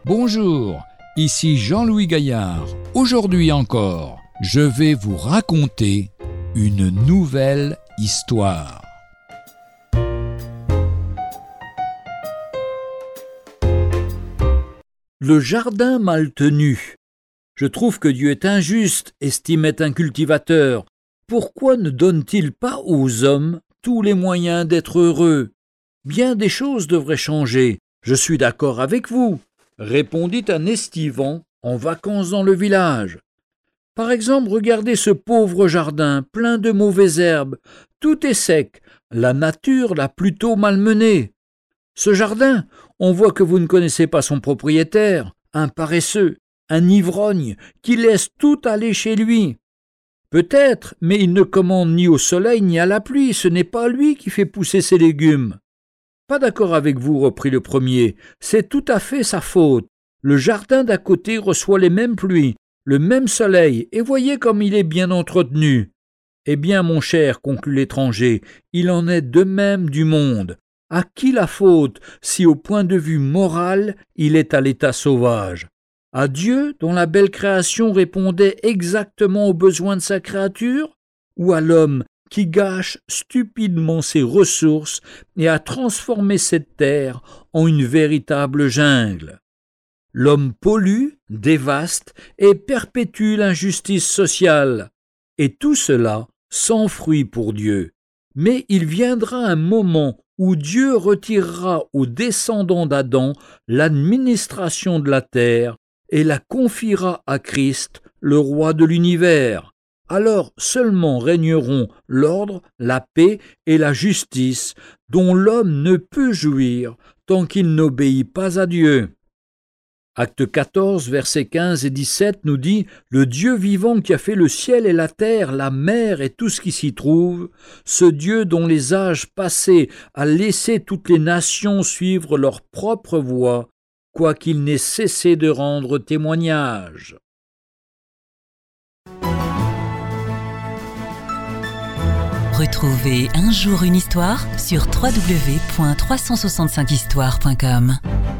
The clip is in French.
Bonjour, ici Jean-Louis Gaillard. Aujourd'hui encore, je vais vous raconter une nouvelle histoire. Le jardin mal tenu. Je trouve que Dieu est injuste, estimait un cultivateur. Pourquoi ne donne-t-il pas aux hommes tous les moyens d'être heureux ? Bien des choses devraient changer. Je suis d'accord avec vous, répondit un estivant en vacances dans le village. Par exemple, regardez ce pauvre jardin, plein de mauvaises herbes. Tout est sec, la nature l'a plutôt malmené. Ce jardin, on voit que vous ne connaissez pas son propriétaire, un paresseux, un ivrogne, qui laisse tout aller chez lui. Peut-être, mais il ne commande ni au soleil ni à la pluie, ce n'est pas lui qui fait pousser ses légumes. Pas d'accord avec vous, reprit le premier, c'est tout à fait sa faute. Le jardin d'à côté reçoit les mêmes pluies, le même soleil, et voyez comme il est bien entretenu. Eh bien, mon cher, conclut l'étranger, il en est de même du monde. À qui la faute, si au point de vue moral, il est à l'état sauvage ? À Dieu, dont la belle création répondait exactement aux besoins de sa créature, ou à l'homme qui gâche stupidement ses ressources et a transformé cette terre en une véritable jungle. L'homme pollue, dévaste et perpétue l'injustice sociale, et tout cela sans fruit pour Dieu. Mais il viendra un moment où Dieu retirera aux descendants d'Adam l'administration de la terre et la confiera à Christ, le roi de l'univers. Alors seulement régneront l'ordre, la paix et la justice, dont l'homme ne peut jouir tant qu'il n'obéit pas à Dieu. Acte 14, versets 15 et 17 nous dit « Le Dieu vivant qui a fait le ciel et la terre, la mer et tout ce qui s'y trouve, ce Dieu dont les âges passés a laissé toutes les nations suivre leur propre voie, quoiqu'il n'ait cessé de rendre témoignage. » Retrouvez Un jour une histoire sur www.365histoire.com.